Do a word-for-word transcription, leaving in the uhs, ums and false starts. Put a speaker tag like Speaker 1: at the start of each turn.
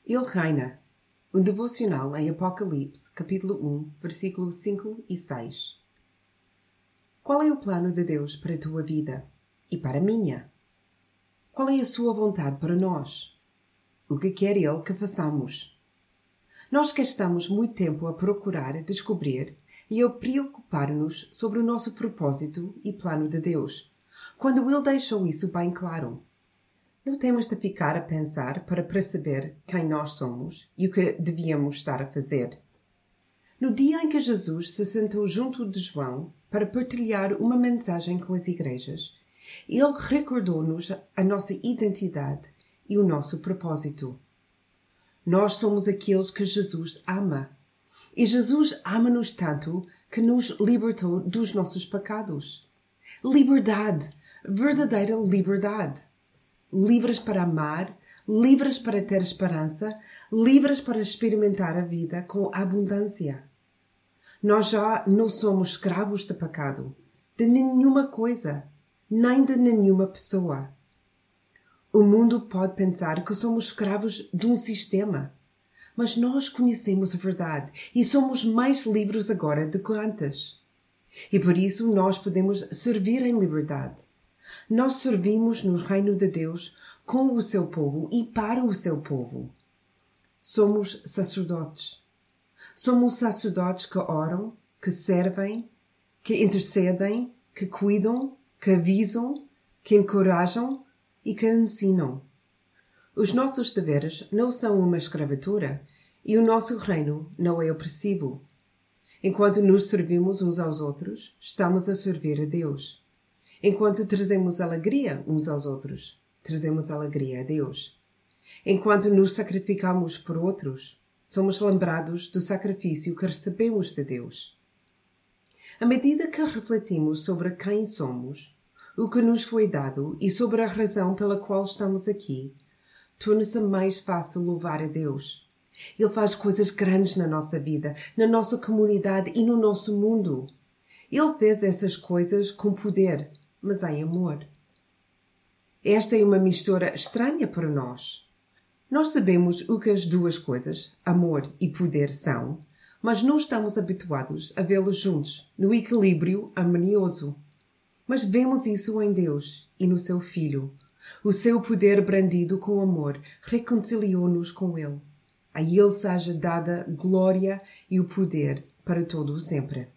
Speaker 1: Ele reina. Um devocional em Apocalipse, capítulo um, versículos cinco e seis. Qual é o plano de Deus para a tua vida e para a minha? Qual é a sua vontade para nós? O que quer Ele que façamos? Nós gastamos muito tempo a procurar descobrir e a preocupar-nos sobre o nosso propósito e plano de Deus, quando Ele deixou isso bem claro. Não temos de ficar a pensar para perceber quem nós somos e o que devíamos estar a fazer. No dia em que Jesus se sentou junto de João para partilhar uma mensagem com as igrejas, ele recordou-nos a nossa identidade e o nosso propósito. Nós somos aqueles que Jesus ama. E Jesus ama-nos tanto que nos libertou dos nossos pecados. Liberdade, verdadeira liberdade. Livres para amar, livres para ter esperança, livres para experimentar a vida com abundância. Nós já não somos escravos de pecado, de nenhuma coisa, nem de nenhuma pessoa. O mundo pode pensar que somos escravos de um sistema, mas nós conhecemos a verdade e somos mais livres agora do que antes. E por isso nós podemos servir em liberdade. Nós servimos no reino de Deus com o seu povo e para o seu povo. Somos sacerdotes. Somos sacerdotes que oram, que servem, que intercedem, que cuidam, que avisam, que encorajam e que ensinam. Os nossos deveres não são uma escravatura e o nosso reino não é opressivo. Enquanto nos servimos uns aos outros, estamos a servir a Deus. Enquanto trazemos alegria uns aos outros, trazemos alegria a Deus. Enquanto nos sacrificamos por outros, somos lembrados do sacrifício que recebemos de Deus. À medida que refletimos sobre quem somos, o que nos foi dado e sobre a razão pela qual estamos aqui, torna-se mais fácil louvar a Deus. Ele faz coisas grandes na nossa vida, na nossa comunidade e no nosso mundo. Ele fez essas coisas com poder, mas em amor. Esta é uma mistura estranha para nós. Nós sabemos o que as duas coisas, amor e poder, são, mas não estamos habituados a vê-los juntos, no equilíbrio harmonioso. Mas vemos isso em Deus e no seu Filho. O seu poder brandido com amor reconciliou-nos com Ele. A Ele seja dada glória e o poder para todo o sempre.